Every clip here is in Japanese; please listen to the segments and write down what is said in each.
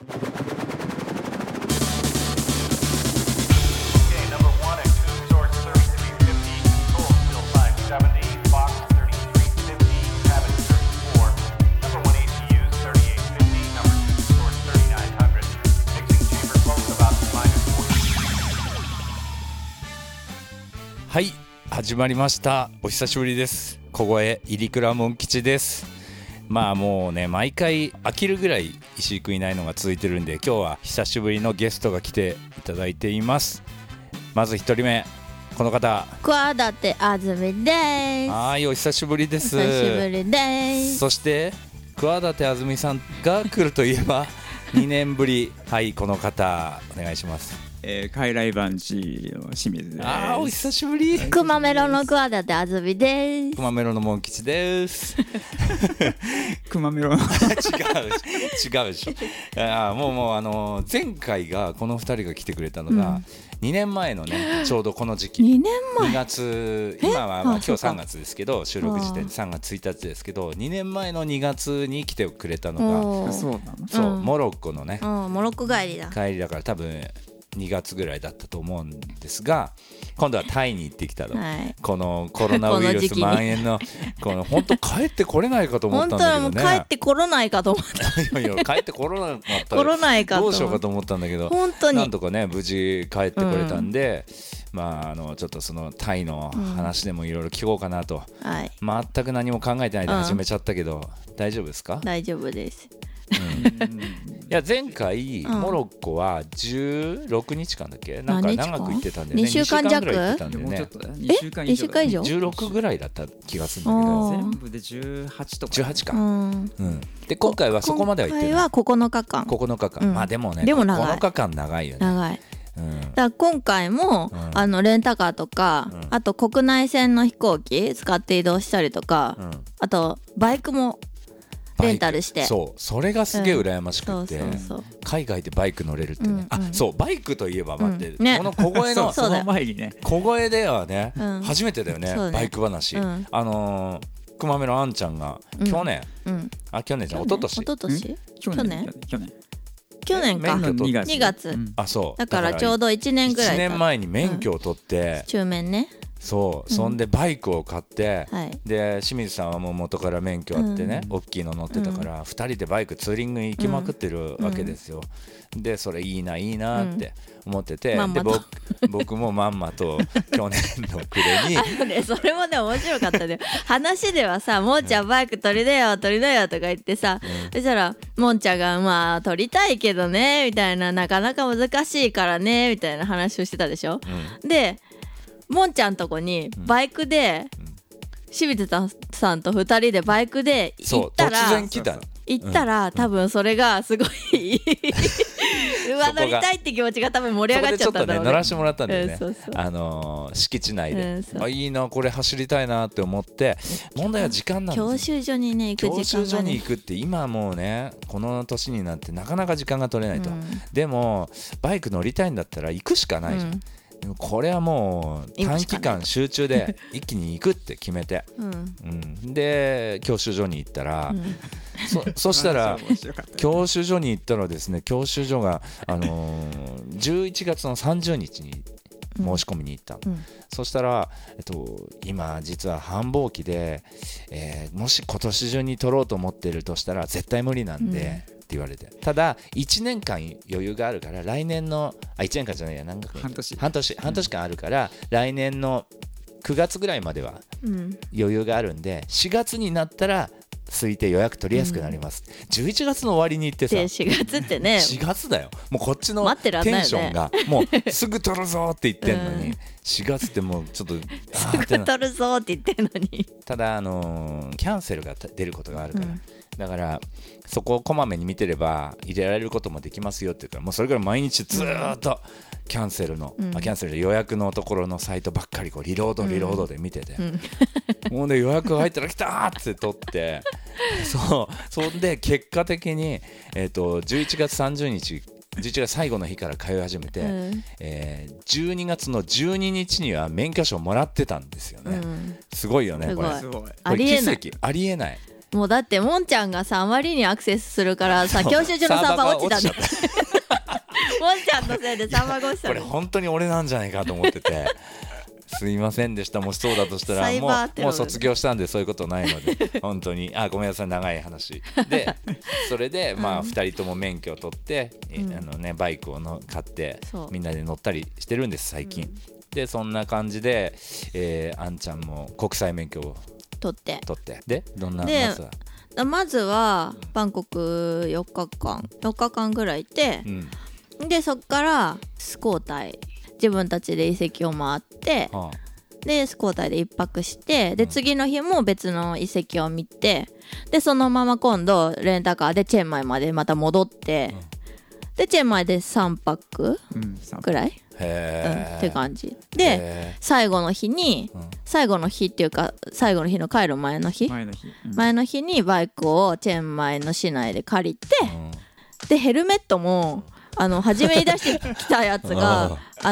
はい、始まりました。お久しぶりです。小声入倉門吉です。まあもうね、毎回飽きるぐらい石井くんいないのが続いてるんで、今日は久しぶりのゲストが来ていただいています。まず一人目、この方、 桑舘あずみです。 はい、お久しぶりです。 お久しぶりです。 そして桑舘あずみさんが来るといえば2年ぶり。はい、この方お願いします。 傀儡番地の清水です。 お久しぶり。 くまメロの桑舘あずみです。 くまメロの門吉です。 くまメロの違うでしょ。もう前回がこの2人が来てくれたのが2年前のね、ちょうどこの時期。 2年前。 2月、今は今日3月ですけど、収録時点で3月1日ですけど、2年前の2月に来てくれたのが、 そうなの。 そう、モロッコのね、 モロッコ帰りだ。 帰りだから多分2月ぐらいだったと思うんですが、今度はタイに行ってきたの、 はい、 このコロナウイルス蔓延のこの本当帰ってこれないかと思ったんだけどね。 本当はもう帰ってころないかと思ったいや帰ってころなかったらどうしようかと思ったんだけど、 本当になんとかね無事帰ってこれたんで、まあちょっとそのタイの話でもいろいろ聞こうかなと、 はい、 全く何も考えてないで始めちゃったけど、大丈夫ですか？ 大丈夫です。 いや前回、モロッコは16日間だっけ、なんか長く行ってたんだよね。 2週間弱ぐらい行ってたんだよね。 もうちょっと2週間以上 16ぐらいだった気がするんだけど、 全部で18とか 18か、で今回はそこまでは行ってない。 今回は9日間 9日間、まあでもね、 9 日間長いよね。 長い。だから今回も、レンタカーとか、あと国内線の飛行機使って移動したりとか、あとバイクもレンタルして、 それがすげえ羨ましくて、海外でバイク乗れるってね、そうバイクといえば待って、この小声のその前にね、 小声ではね、初めてだよね、バイク話。くまめのあんちゃんが去年、去年じゃん、一昨年去年か2月、 そうだからちょうど1年ぐらい 1年前に免許を取って、 中免ね。 そんでバイクを買って、で清水さんはもう元から免許あってね、大きいの乗ってたから、2人でバイクツーリング行きまくってるわけですよ。でそれいいないいなって思ってて、で僕もまんまと去年の暮れにそれもね面白かったね。話ではさ、もんちゃんバイク取りなよとか言ってさ、そしたらもんちゃんがまあ取りたいけどねみたいな、なかなか難しいからねみたいな話をしてたでしょ。でもんちゃんとこにバイクで、清水さんと2人でバイクで行ったら、 突然来たの。 行ったら、多分それがすごい乗りたいって気持ちが多分盛り上がっちゃったんだろうね。 そこでちょっとね乗らしてもらったんだよね、敷地内で、いいなこれ走りたいなって思って、問題は時間なんですよ。 教習所にね行く時間がね、 教習所に行くって今もうねこの年になってなかなか時間が取れないと、でもバイク乗りたいんだったら行くしかないじゃん、でもこれはもう短期間集中で一気に行くって決めて、で教習所に行ったら、そしたら教習所に行ったらですね、教習所が、11月の30日に申し込みに行ったの、そしたら、今実は繁忙期で、もし今年中に取ろうと思ってるとしたら絶対無理なんで、って言われて、ただ1年間余裕があるから来年の1年間じゃないや、半年間あるから、来年の9月ぐらいまでは余裕があるんで、4月になったら空いて予約取りやすくなります、11月の終わりに行ってさ、 4月ってね 4月だよ、もうこっちのテンションがもうすぐ取るぞって言ってんのに、4月ってもうちょっとすぐ取るぞって言ってんのに、 ただキャンセルが出ることがあるから、だからそこをこまめに見てれば入れられることもできますよって言うから、もうそれから毎日ずっとキャンセルの、キャンセルで予約のところのサイトばっかりこうリロードで見てて、もうね予約が入ったら来たーって取ってそんで結果的に、11月30日11月最後の日から通い始めて、12月の12日には免許証もらってたんですよね、すごいよねこれ、 ありえない、 ありえない。 もうだってもんちゃんがさあまりにアクセスするからさ教習所のサーバー落ちたんだよもんちゃんのせいでサーバーが落ちたこれ本当に俺なんじゃないかと思っててすいませんでした。もしそうだとしたらもう卒業したんでそういうことないので本当にごめんなさい長い話でそれでまあ2人とも免許を取って、バイクを買ってみんなで乗ったりしてるんです最近、でそんな感じで、あんちゃんも国際免許を取ってでどんなまずはバンコク4日間ぐらいいて、でそっからスコータイ自分たちで遺跡を回って、でスコータイで1泊して、で次の日も別の遺跡を見て、でそのまま今度レンタカーでチェンマイまでまた戻って、でチェンマイで3泊くらい、って感じで、最後の日っていうか最後の日の帰る前の日にバイクをチェンマイの市内で借りて、でヘルメットも初めに出してきたやつがシ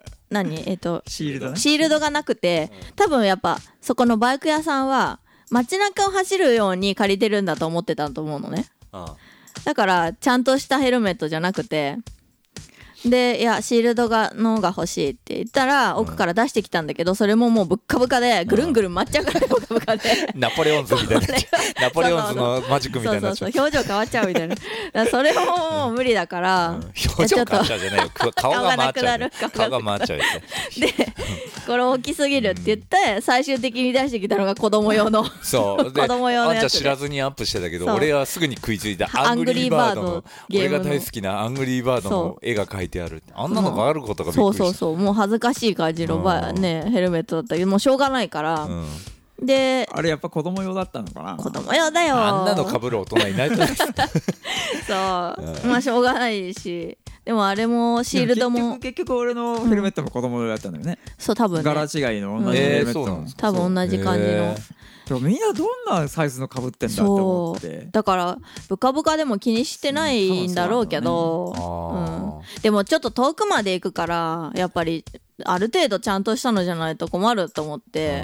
ールドがなくて、多分やっぱそこのバイク屋さんは街中を走るように借りてるんだと思ってたと思うのね。だからちゃんとしたヘルメットじゃなくて、でいやシールドのが欲しいって言ったら奥から出してきたんだけど、それももうぶっかぶかでぐるんぐるん回っちゃうからぶっかぶかでナポレオンズみたいなナポレオンズのマジックみたいなそう表情変わっちゃうみたいなそれももう無理だから、 表情変わっちゃうじゃないよ顔が回っちゃう、ね、顔が回っちゃうでこれ大きすぎるって言って最終的に出してきたのが子供用のそうで子供用のやつで、 あんちゃん知らずにアップしてたけど俺はすぐに食いついたアングリーバードの俺が大好きなアングリーバードの絵が描いてある、あんなのがあることがびっくりした。 そうもう恥ずかしい感じのヘルメットだったけどもうしょうがないから、であれやっぱ子供用だったのかな。 子供用だよ、 あんなの被る大人いないと思いますそうまあしょうがないし、でもあれもシールドも結局俺のヘルメットも子供用だったんだよね。 そう多分ね柄違いの同じヘルメットの、 多分同じ感じの、 でもみんなどんなサイズの被ってんだって思って、 だからブカブカでも気にしてないんだろうけど、でもちょっと遠くまで行くからやっぱりある程度ちゃんとしたのじゃないと困ると思って、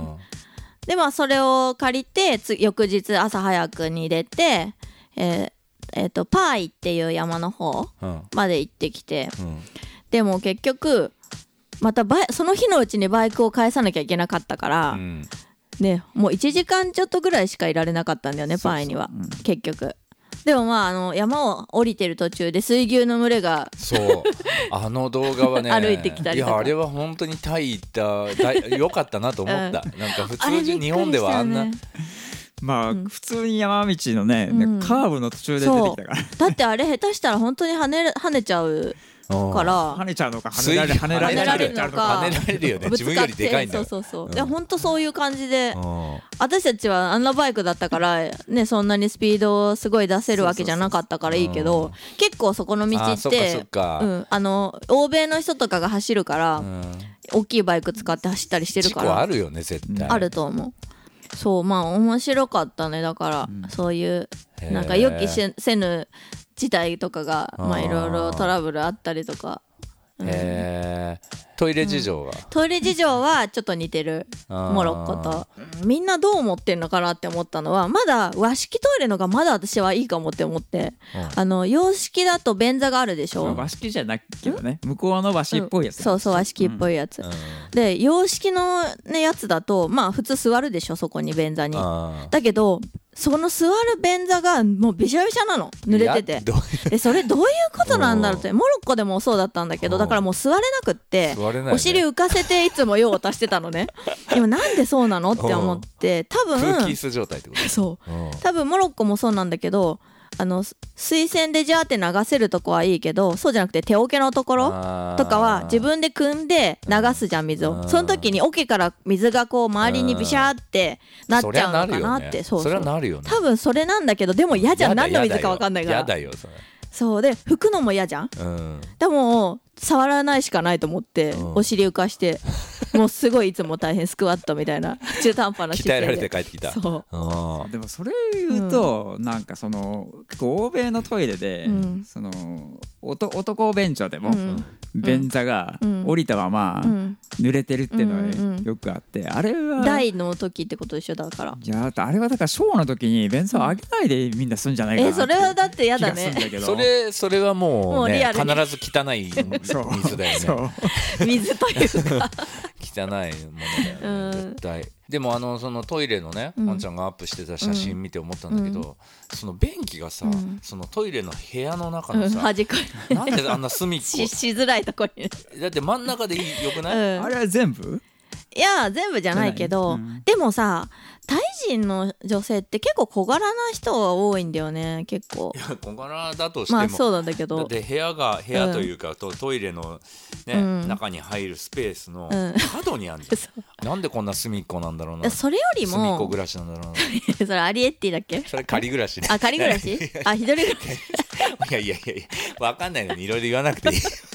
でまあそれを借りて翌日朝早くに出て、パーイっていう山の方まで行ってきて、でも結局またその日のうちにバイクを返さなきゃいけなかったから、ね、もう1時間ちょっとぐらいしかいられなかったんだよねパーイには、結局。でもまあ山を降りてる途中で水牛の群れがそうあの動画はね歩いてきたりとか、 いやあれは本当にタイ行ったよかったなと思った、なんか普通に日本ではあんなまあ普通に山道のね、カーブの途中で出てきたからだってあれ下手したら本当に跳ねちゃうから跳ねちゃうのか跳ねられるのか跳ねられるよね、自分よりでかいんだよ。 そういや本当そういう感じで、私たちはあんなバイクだったからね、そんなにスピードをすごい出せるわけじゃなかったからいいけど、結構そこの道って欧米の人とかが走るから、大きいバイク使って走ったりしてるから事故あるよね絶対。 あると思う。そうまあ面白かったね。だから、そういうなんか予期せぬ事態とかがまあいろいろトラブルあったりとか、 トイレ事情は、 トイレ事情はちょっと似てるモロッコと。みんなどう思ってんのかなって思ったのは、まだ和式トイレのがまだ私はいいかもって思って、洋式だと便座があるでしょ。 和式じゃないけどね、向こうの和式っぽいやつ、 そう和式っぽいやつ、で洋式の、ね、やつだとまあ普通座るでしょそこに便座に。だけどその座る便座がもうびしゃびしゃなの、濡れてて。それどういうことなんだろうって。モロッコでもそうだったんだけど、だからもう座れなくって、お尻浮かせていつも用を足してたのね。でもなんでそうなのって思って、多分空気椅子状態ってこと。 そう多分モロッコもそうなんだけど、水洗でジャーって流せるとこはいいけど、そうじゃなくて手桶のところとかは自分で汲んで流すじゃん水を。その時に桶から水がこう周りにビシャーってなっちゃうのかなって。 それはなるよね。 多分それなんだけど、でも嫌じゃん、何の水か分かんないから。 嫌だよそれ。 そうで拭くのも嫌じゃん、でも触らないしかないと思って、お尻浮かしてもうすごいいつも大変スクワットみたいな中途半端な姿勢で鍛えられて帰ってきた。 そうでもそれ言うと、なんかその結構欧米のトイレで、その男便所でも、便座が降りたまま、 濡れてるっていうのうんうんうんはよくあって、あれは大の時ってことでしょだから。 いやあれはだからショーの時に便座を上げないでみんなすんじゃないかなってそれはだってやだ気がするんね。 だけどそれはもうねもうリアルに必ず汚い水だよそね。 う水というか汚いものだよね、絶対。でもそのトイレのね、あんちゃんがアップしてた写真見て思ったんだけど、その便器がさ、そのトイレの部屋の中のさ、 端っこなんであんな隅っこしづらいとこに。 だって真ん中でよくない？ うんあれは全部いや全部じゃないけど、でもさタイ人の女性って結構小柄な人が多いんだよね結構。 いや小柄だとしても、 まあそうなんだけど、 だって部屋というか、トイレの、ね中に入るスペースの角にあるじゃん、なんでこんな隅っこなんだろうな。 それよりも隅っこ暮らしなんだろうな。 それアリエッティだっけ？ それ仮暮らしね。 あ仮暮らし？あ一人暮らしいや分かんないのにいろいろ言わなくていい。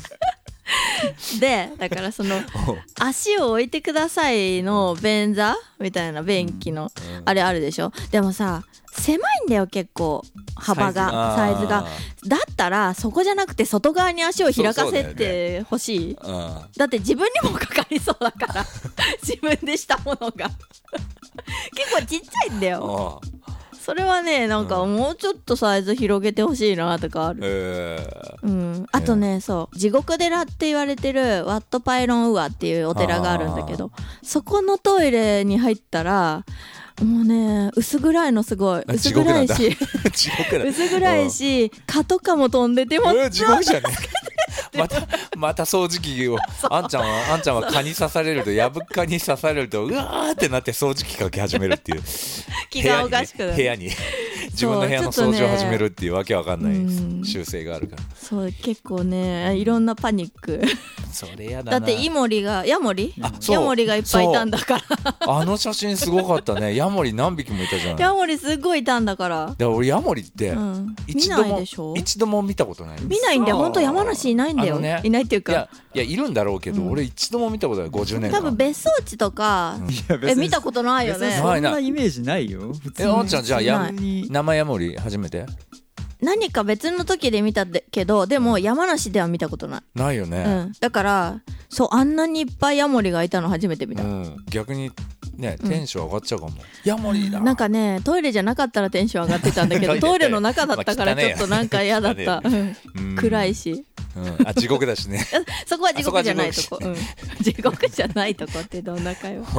でだからその足を置いてくださいの便座みたいな便器のあれあるでしょ。でもさ狭いんだよ結構幅がサイズが。だったらそこじゃなくて外側に足を開かせてほしい。だって自分にもかかりそうだから自分でしたものが結構ちっちゃいんだよ。それはねなんかもうちょっとサイズ広げてほしいなとかある。あとねそう地獄寺って言われてるワットパイロンウアっていうお寺があるんだけど、そこのトイレに入ったらもうね薄暗いのすごい薄暗いし薄暗いし蚊とかも飛んでても地獄じゃねまた掃除機をあんちゃんは蚊に刺されるとやぶ蚊に刺されるとうわーってなって掃除機かけ始めるっていう気がおかしくなる部屋に自分の部屋の掃除を始めるっていうわけわかんない習性があるから。 そう結構ねいろんなパニックそれやだな。 だってヤモリがいっぱいいたんだからあの写真すごかったね。ヤモリ何匹もいたじゃん。 ヤモリすごいいたんだから。 で俺ヤモリって見ないでしょ。 一度も見たことない。 見ないんだよ本当山梨いないんだよ、いないっていうかいやいるんだろうけど、俺一度も見たことない50年間。 多分別荘地とか、見たことないよね。 そんなイメージないよ普通に。 あんちゃんじゃあ生ヤモリ初めて？ 何か別の時で見たけどでも山梨では見たことない。 ないよね、 だからそうあんなにいっぱいヤモリがいたの初めて見た、 逆にねテンション上がっちゃうかも、ヤモリだ。 なんかねトイレじゃなかったらテンション上がってたんだけどトイレの中だったからちょっとなんか嫌だった、暗いし、 地獄だしねそこは地獄じゃないとこ、地獄じゃないとこってどんな会話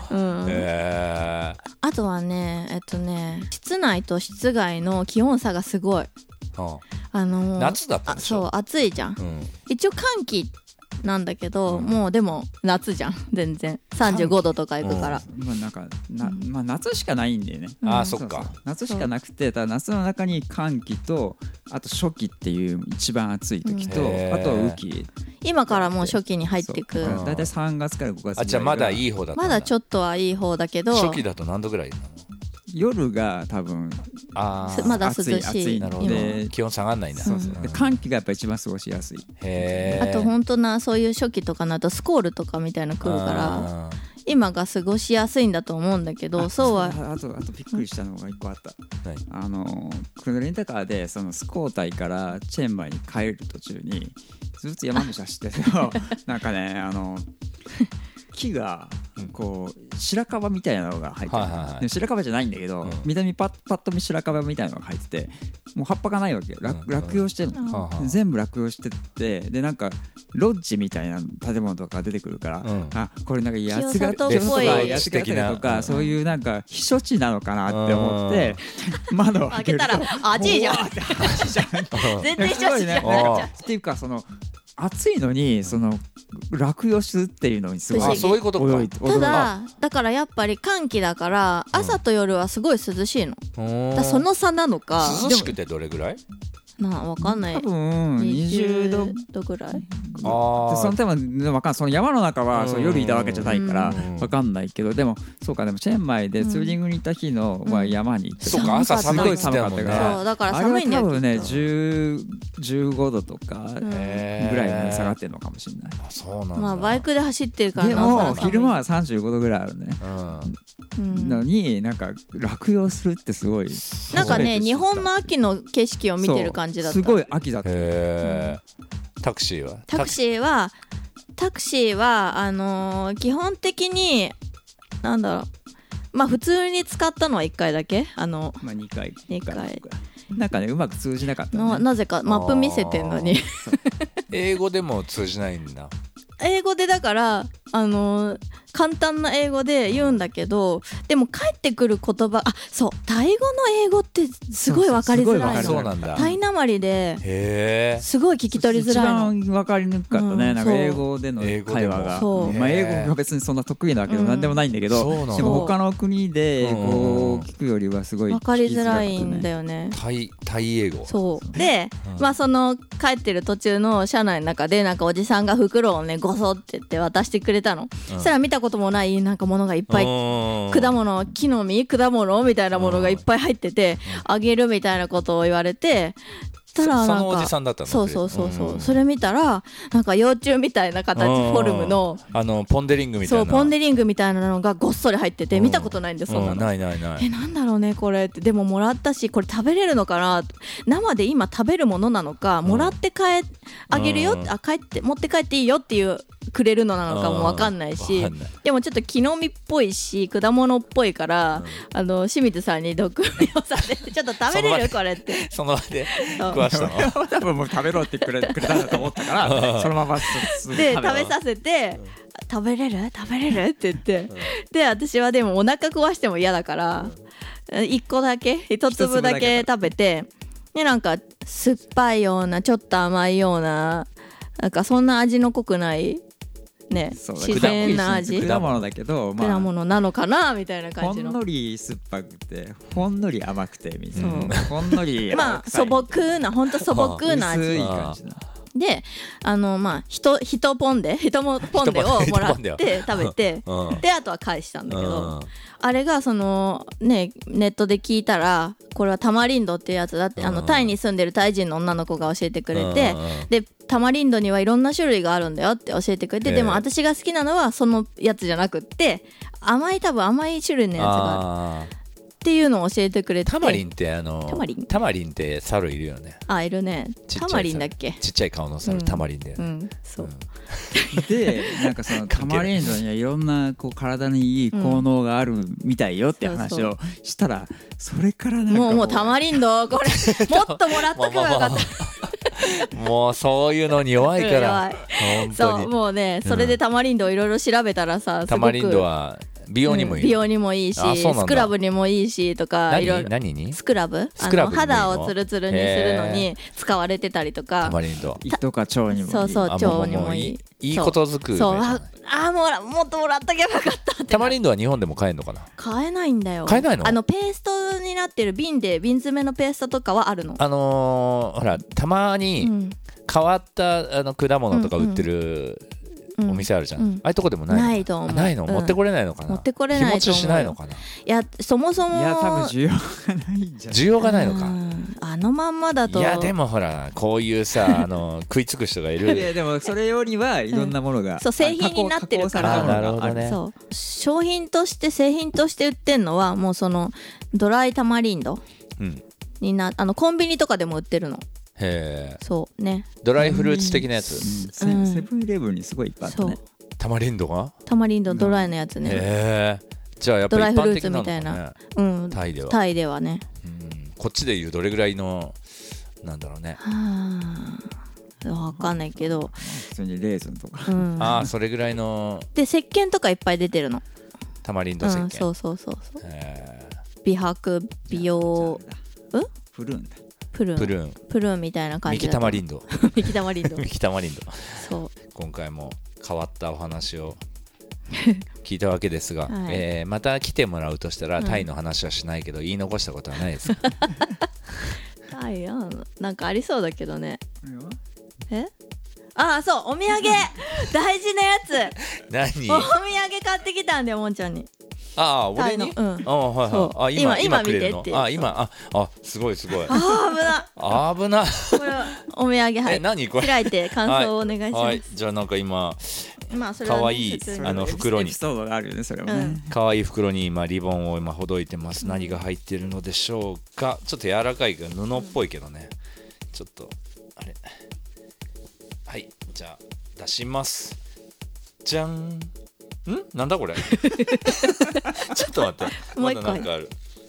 あとはね室内と室外の気温差がすごい。 夏だったでしょ。 そう暑いじゃん、一応寒気なんだけど、もうでも夏じゃん全然35度とかいくから、 夏しかないんだよね。 そっか。 夏しかなくて、ただ夏の中に寒気とあと初期っていう一番暑い時と、あとは雨季。 今からもう初期に入ってく。 だいたい3月から5月ぐらい。 じゃあまだいい方だった。 まだちょっとはいい方だけど。 初期だと何度ぐらいなの？ 夜が多分まだ涼しい。 なので気温下がんないんだ。 寒気がやっぱ一番過ごしやすい。 あと本当なそういう初期とかなとスコールとかみたいなの来るから今が過ごしやすいんだと思うんだけど、そうはあとびっくりしたのが一個あった。このレンタカーでそのスコータイからチェンマイに帰る途中にずっと山道走ってるとなんかね木がこう白樺みたいなのが入ってる、白樺じゃないんだけど、見た目パッと見白樺みたいなのが入ってて、もう葉っぱがないわけよ。落葉してるの、全部落葉してて、でなんかロッジみたいな建物とか出てくるから、あこれなんか八ヶ岳とかそういうなんか避暑地なのかなって思って窓を開けたら暑いじゃん全然避暑地じゃんっていうかその暑いのにその落葉するっていうのにすごいそういうことか。 だからやっぱり寒気だから朝と夜はすごい涼しいの、だその差なのか。 涼しくてどれぐらい？ わかんない。 多分20 度ぐらい。 その多分わかんない。その山の中はそう夜いたわけじゃないからわかんないけど、でもそうか、でもチェンマイでツーリングに行った日のは山に行って、 そうか、朝すごい寒かったから、 そうだから寒いんだよ。 あれは多分ね15度とかぐらいに下がってるのかもしれない。 そうなんだ。 まあバイクで走ってるから。 でも昼間は35度ぐらいあるね。のになんか落葉するってすごい。 なんかね日本の秋の景色を見てる感じだった。 すごい秋だった。 タクシーはタクシーは基本的になんだろう、まあ普通に使ったのは1回だけ、 まあ2回 2回なんかねうまく通じなかったね。 なぜかマップ見せてんのに英語でも通じないんだ。 英語でだから簡単な英語で言うんだけど、でも返ってくる言葉、そうタイ語の英語ってすごい分かりづらいそうなんだ。 タイなまりですごい聞き取りづらいの。 一番分かりにくかったね、なんか英語での会話が。まあ英語が別にそんな得意なわけでもなんでもないんだけど、でも他の国で英語を聞くよりはすごい分かりづらいんだよね。 タイ英語。 そうで、まあその帰ってる途中の車内の中でなんかおじさんが袋をねゴソって言って渡してくれたの。そしたら見たこともないなんかものがいっぱい、果物、木の実、果物みたいなものがいっぱい入ってて、あげるみたいなことを言われて、たらなんかそのおじさんだったの。 そうそれ見たらなんか幼虫みたいな形フォルムのポンデリングみたいな、 そうポンデリングみたいなのがごっそり入ってて、見たことないんですそんなの。 ないなんだろうねこれって。でももらったし、これ食べれるのかな、生で今食べるものなのか、もらってあげるよ、持って帰っていいよっていうくれるのなのかも分かんないし、でもちょっと木の実っぽいし果物っぽいから、清水さんに毒味をさせてちょっと食べれるこれってその場で食わしたの。 多分もう食べろってくれたんだと思ったからそのままで食べさせて、食べれるって言って、で私はでもお腹壊しても嫌だから1個だけ1粒だけ食べて、でなんか酸っぱいようなちょっと甘いような、なんかそんな味の濃くないね、自然な味、 果物だけど、 果物なのかなみたいな感じの、 ほんのり酸っぱくてほんのり甘くてみたいな、ほんのりまあ素朴な、ほんと素朴な味、 薄い感じなでまあ1ポンデをもらって食べてであとは返したんだけど、あれがそのねネットで聞いたら、これはタマリンドっていうやつだって、タイに住んでるタイ人の女の子が教えてくれて、でタマリンドにはいろんな種類があるんだよって教えてくれて、でも私が好きなのはそのやつじゃなくって、多分甘い種類のやつがあるっていうのを教えてくれて。 タマリンってタマリンって猿いるよね。 いるね。タマリンだっけ。 ちっちゃい顔の猿、タマリンだよね。 そうでなんかそのタマリンドにはいろんなこう体にいい効能があるみたいよって話をしたら、それからなんかもうタマリンドこれもっともらっとけばよかったもうそういうのに弱いから本当に。 そうもうね、それでタマリンドをいろいろ調べたらさ、 タマリンドは美容にもいい、 美容にもいいし、スクラブにもいいしとか、いろいろ。 何にスクラブ肌をツルツルにするのに使われてたりとか、 タマリンド胃とか腸にもいい。 そう腸にもいい。 いいことづく。 そうもっともらっとけばよかったって。 タマリンドは日本でも買えるのかな。 買えないんだよ。 買えないの。 ペーストになってる瓶詰めのペーストとかはあるの。 ほらたまに変わった果物とか売ってるお店あるじゃん、ああいうとこでもないと思う。 ないの、持ってこれないのかな。 持ってこれないと思う。 日持ちしないのかな。 いやそもそもいや多分需要がないんじゃない。 需要がないのか。 まんまだと。 いやでもほらこういうさ食いつく人がいる。 いやでもそれよりはいろんなものが、 そう製品になってるから。 なるほどね。 そう製品として売ってんのはもうそのドライタマリンドにコンビニとかでも売ってるの。 へえ。 そうね。 ドライフルーツ的なやつ。 セブンイレブンにすごいいっぱいあったね。 タマリンドが？ タマリンドドライのやつね。 へえ。じゃあやっぱり一般的なのかね。 ドライフルーツみたいな。タイではね。 こっちでいうどれぐらいのなんだろうね。 わかんないけど。 普通にレーズンとか。 それぐらいの。 で石鹸とかいっぱい出てるの。 タマリンド石鹸。 そう。美白美容。 プルーンだ。 プルーンみたいな感じ。 ミキタマリンド。 ミキタマリンド。 そう。今回も変わったお話を聞いたわけですが、また来てもらうとしたらタイの話はしないけど、言い残したことはないですか。 タイなんかありそうだけどね。そうお土産大事なやつ。 何？ お土産買ってきたんだよもんちゃんに。 俺に？今見てって。すごい。危な。 これお土産何これ？ 開いて感想をお願いします。 じゃあなんか今可愛い袋に可愛い袋に今リボンを今ほどいてます。何が入ってるのでしょうか。ちょっと柔らかいけど布っぽいけどね。ちょっとあれ。はい、じゃあ出します。 じゃん。なんだこれちょっと待ってまだなんかある。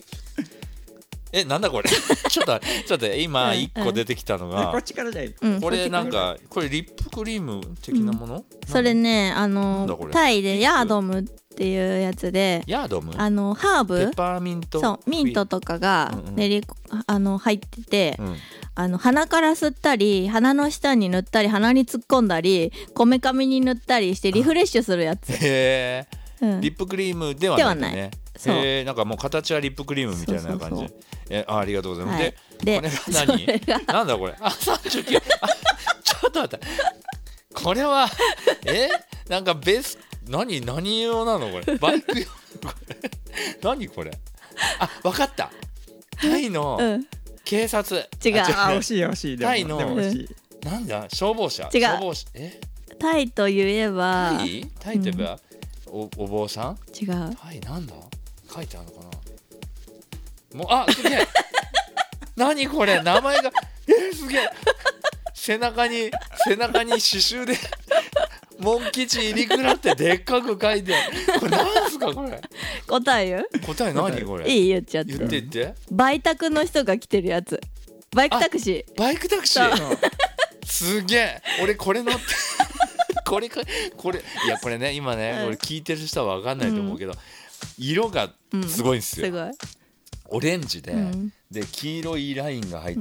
なんだこれちょっと今1個出てきたのが、 こっちからじゃい、 これなんかこれリップクリーム的なもの、 それねタイでヤードムっていうやつで、 ヤードムハーブ、 ペパーミント、 そうミントとかが入ってて、 うん、 鼻から吸ったり鼻の下に塗ったり鼻に突っ込んだりこめかみに塗ったりしてリフレッシュするやつ。 へー、リップクリームではないんだね。なんかもう形はリップクリームみたいな感じ。ありがとうございます。でこれが何なんだこれ。39ちょっと待って、これはなんか何用なのこれ、バイク用何これ。分かった、タイの警察、 違う、 惜しいタイのなんだ消防車、 タイといえばタイといえばお坊さん、 違う、 タイなんだ書いてあるのかな。もうすげえ何これ、名前がすげえ、背中に刺繍でモン吉入りくらってでっかく書いて、これなんすかこれ。 答え何これ。 いい、言っちゃって。 言ってバイタクの人が来てるやつ、バイクタクシー。 バイクタクシーすげえ、俺これ乗ってこれいやこれね今ね、俺聞いてる人は分かんないと思うけど、色がすごいんですよ、 すごいオレンジで、で黄色いラインが入って、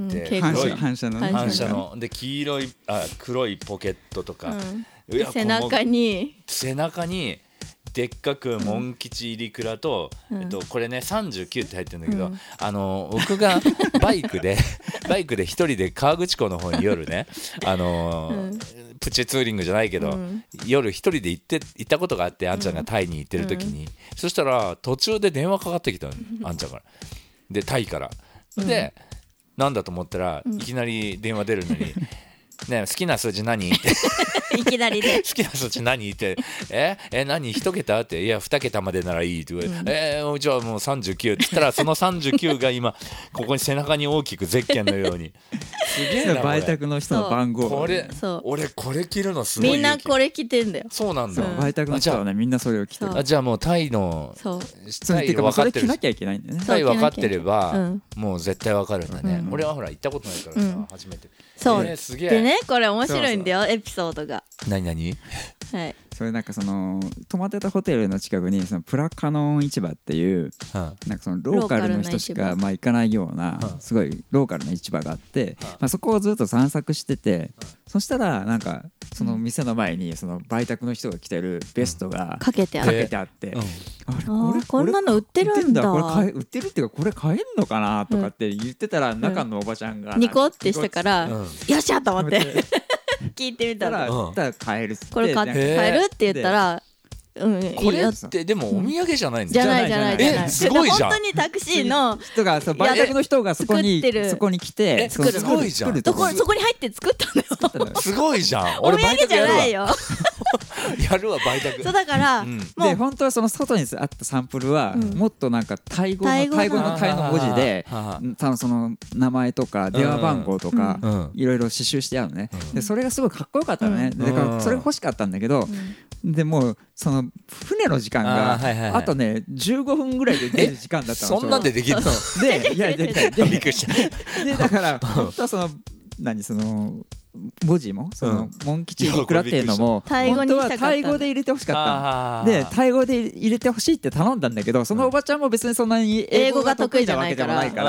反射ので黄色い黒いポケットとか、 背中にでっかくモン吉入りくらと、これね39って入ってるんだけど、僕がバイクで一人で河口湖の方に夜ね、プチツーリングじゃないけど、夜一人で行ったことがあって、あんちゃんがタイに行ってる時に、そしたら途中で電話かかってきたの、あんちゃんからで、タイから、でなんだと思ったら、いきなり電話出るのにね、好きな数字何っていきなりで好きな数字何って何1桁って、いや2桁までならいいって言われ、じゃあもう39って言ったら、その39が今ここに背中に大きくゼッケンのようにすげえな、 売却の人の番号、 俺これ着るのすごい、 みんなこれ着てんだよ。 そうなんだ、 売却の人はね、みんなそれを着てる。 じゃあもうタイのタイ分かってる、それ着なきゃいけないんだよね。 タイ分かってればもう絶対分かるんだね。俺はほら行ったことないからさ、初めて。 そうすげえ。 でね、これ面白いんだよ、エピソードが。 何はい、 それなんか泊まってたホテルの近くにプラカノン市場っていう、なんかローカルの人しか行かないようなすごいローカルな市場があって、そこをずっと散策してて、そしたらなんかその店の前に売却の人が着てるベストがかけてあって、こんなの売ってるんだ、 これ売ってるっていうか、これ買えんのかなとかって言ってたら、中のおばちゃんがニコってしたから、よっしゃと思って聞いてみたら、 買えるって、 これ買えるって言ったら、 これってでもお土産じゃないんですか？じゃない。 すごいじゃん。 本当にタクシーの人が売却の人がそこに来て、 すごいじゃん。 そこに入って作ったんだよ。 すごいじゃん。 お土産じゃないよ。 やるわ売却。 そうだからで、本当はその外にあったサンプルはもっとなんかタイ語の文字で、多分その名前とか電話番号とかいろいろ刺繍してあるのね。でそれがすごいかっこよかったのね。だからそれが欲しかったんだけど、でもその船の時間があとね15分ぐらいで出る時間だったの。 そんなんでできるの？ で、いやびっくりした。でだから本当はその文字もモン吉いくらっていうのも本当はタイ語で入れてほしかったで、タイ語で入れてほしいって頼んだんだけど、そのおばちゃんも別にそんなに英語が得意なわけでもないから、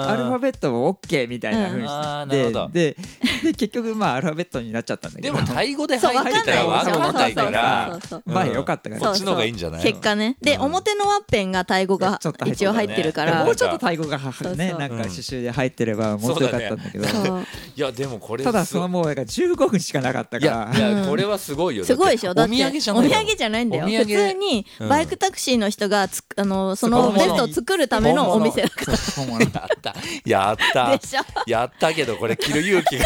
アルファベットも OK みたいな風にしてで結局アルファベットになっちゃったんだけど、 でもタイ語で入ってたら分かんないからよかったからこっちの方がいいんじゃない？ 結果ね。で表のワッペンがタイ語が一応入ってるから、 もうちょっとタイ語がねなんか刺繍で入ってればもっとよかったんだけど、 いやでもこれただそのもう15分しかなかったから、 いやこれはすごいよ。 すごいでしょ。だってお土産じゃないんだよ。普通にバイクタクシーの人がそのベストを作るためのお店だから。 やったけどこれ着る勇気が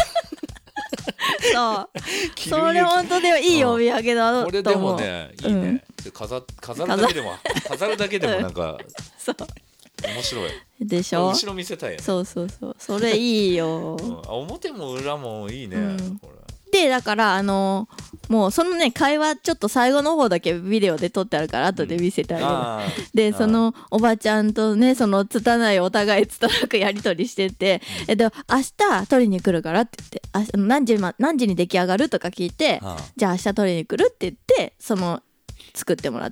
それ本当でいいお土産だと思う。 これでもねいいね。飾るだけでもなんか面白いでしょ。 後ろ見せたいよね。 そうそれいいよ。 表も裏もいいね。 でだからもうそのね会話ちょっと最後の方だけビデオで撮ってあるから後で見せてあげる、でそのおばちゃんとねその拙いお互い拙くやり取りしてて、で明日取りに来るからって言って何時に出来上がるとか聞いて、じゃあ明日取りに来るって言ってその作ってもらって、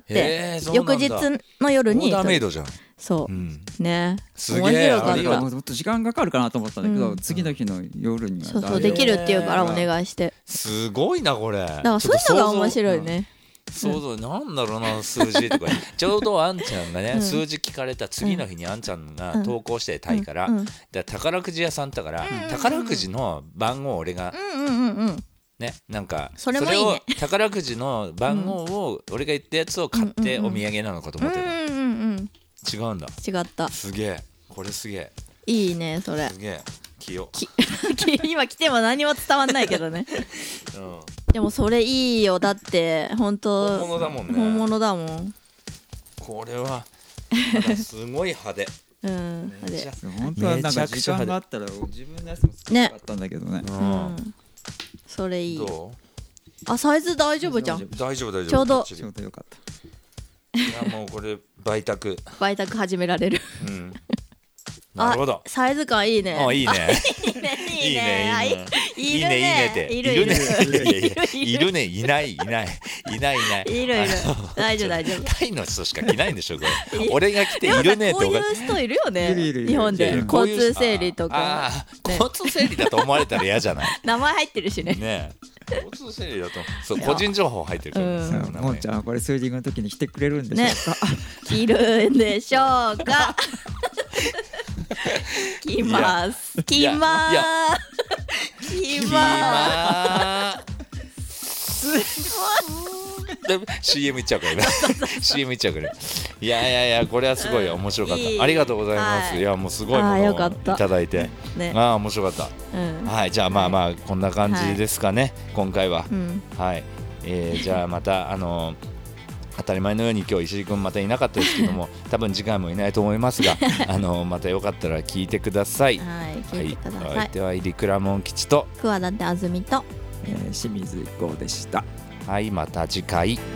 翌日の夜にオーダーメイドじゃん。 そう、ねすげえ。 面白かった。 もっと時間かかるかなと思ったんだけど、次の日の夜にはそうできるっていうからお願いして。 すごいなこれ。だからそういうのが面白いね。 想像なんだろうな数字とかちょうどあんちゃんがね、数字聞かれた次の日にあんちゃんが投稿してタイから、宝くじ屋さんだから、宝くじの番号を俺がね、なんかそれを宝くじの番号を俺が言ったやつを買ってお土産なのかと思ってた。違うんだ。 違った。 すげえ、これすげえ。 いいねそれ。 すげえ。 今来ても何も伝わんないけどね。でもそれいいよ、だって本当本物だもんね。 本物だもん。 これはすごい派手。 派手。本当はなんか時間があったら自分のやつも作りたかったんだけどね。 それいい。 どう？あ、サイズ大丈夫じゃん。 大丈夫。 ちょうどよかった。 いやもうこれ売卓始められる。 なるほど。 サイズ感いいね。 いいね。 いいね。 いるね。いるね。いない。いる。大丈夫。タイの人しか着ないんでしょこれ。俺が着ているねって。 こういう人いるよね。日本で交通整理とか。 交通整理だと思われたら嫌じゃない。 名前入ってるしね。 ね。交通整理だとそう個人情報入ってるから。 もんちゃんこれスージングの時に着てくれるんでしょうか。 着るんでしょうか。着ます。 CM いっちゃうからね。CM いっちゃうから。いやこれはすごい面白かった。ありがとうございます。いやもうすごいものをいただいて、面白かった。はい、じゃあまあこんな感じですかね今回は。はい。じゃあまた当たり前のように今日石井君またいなかったですけども多分次回もいないと思いますがまたよかったら聞いてください。 はい、聞いてください。 相手は入倉門吉と桑舘あずみと清水一行でした。 はい、また次回。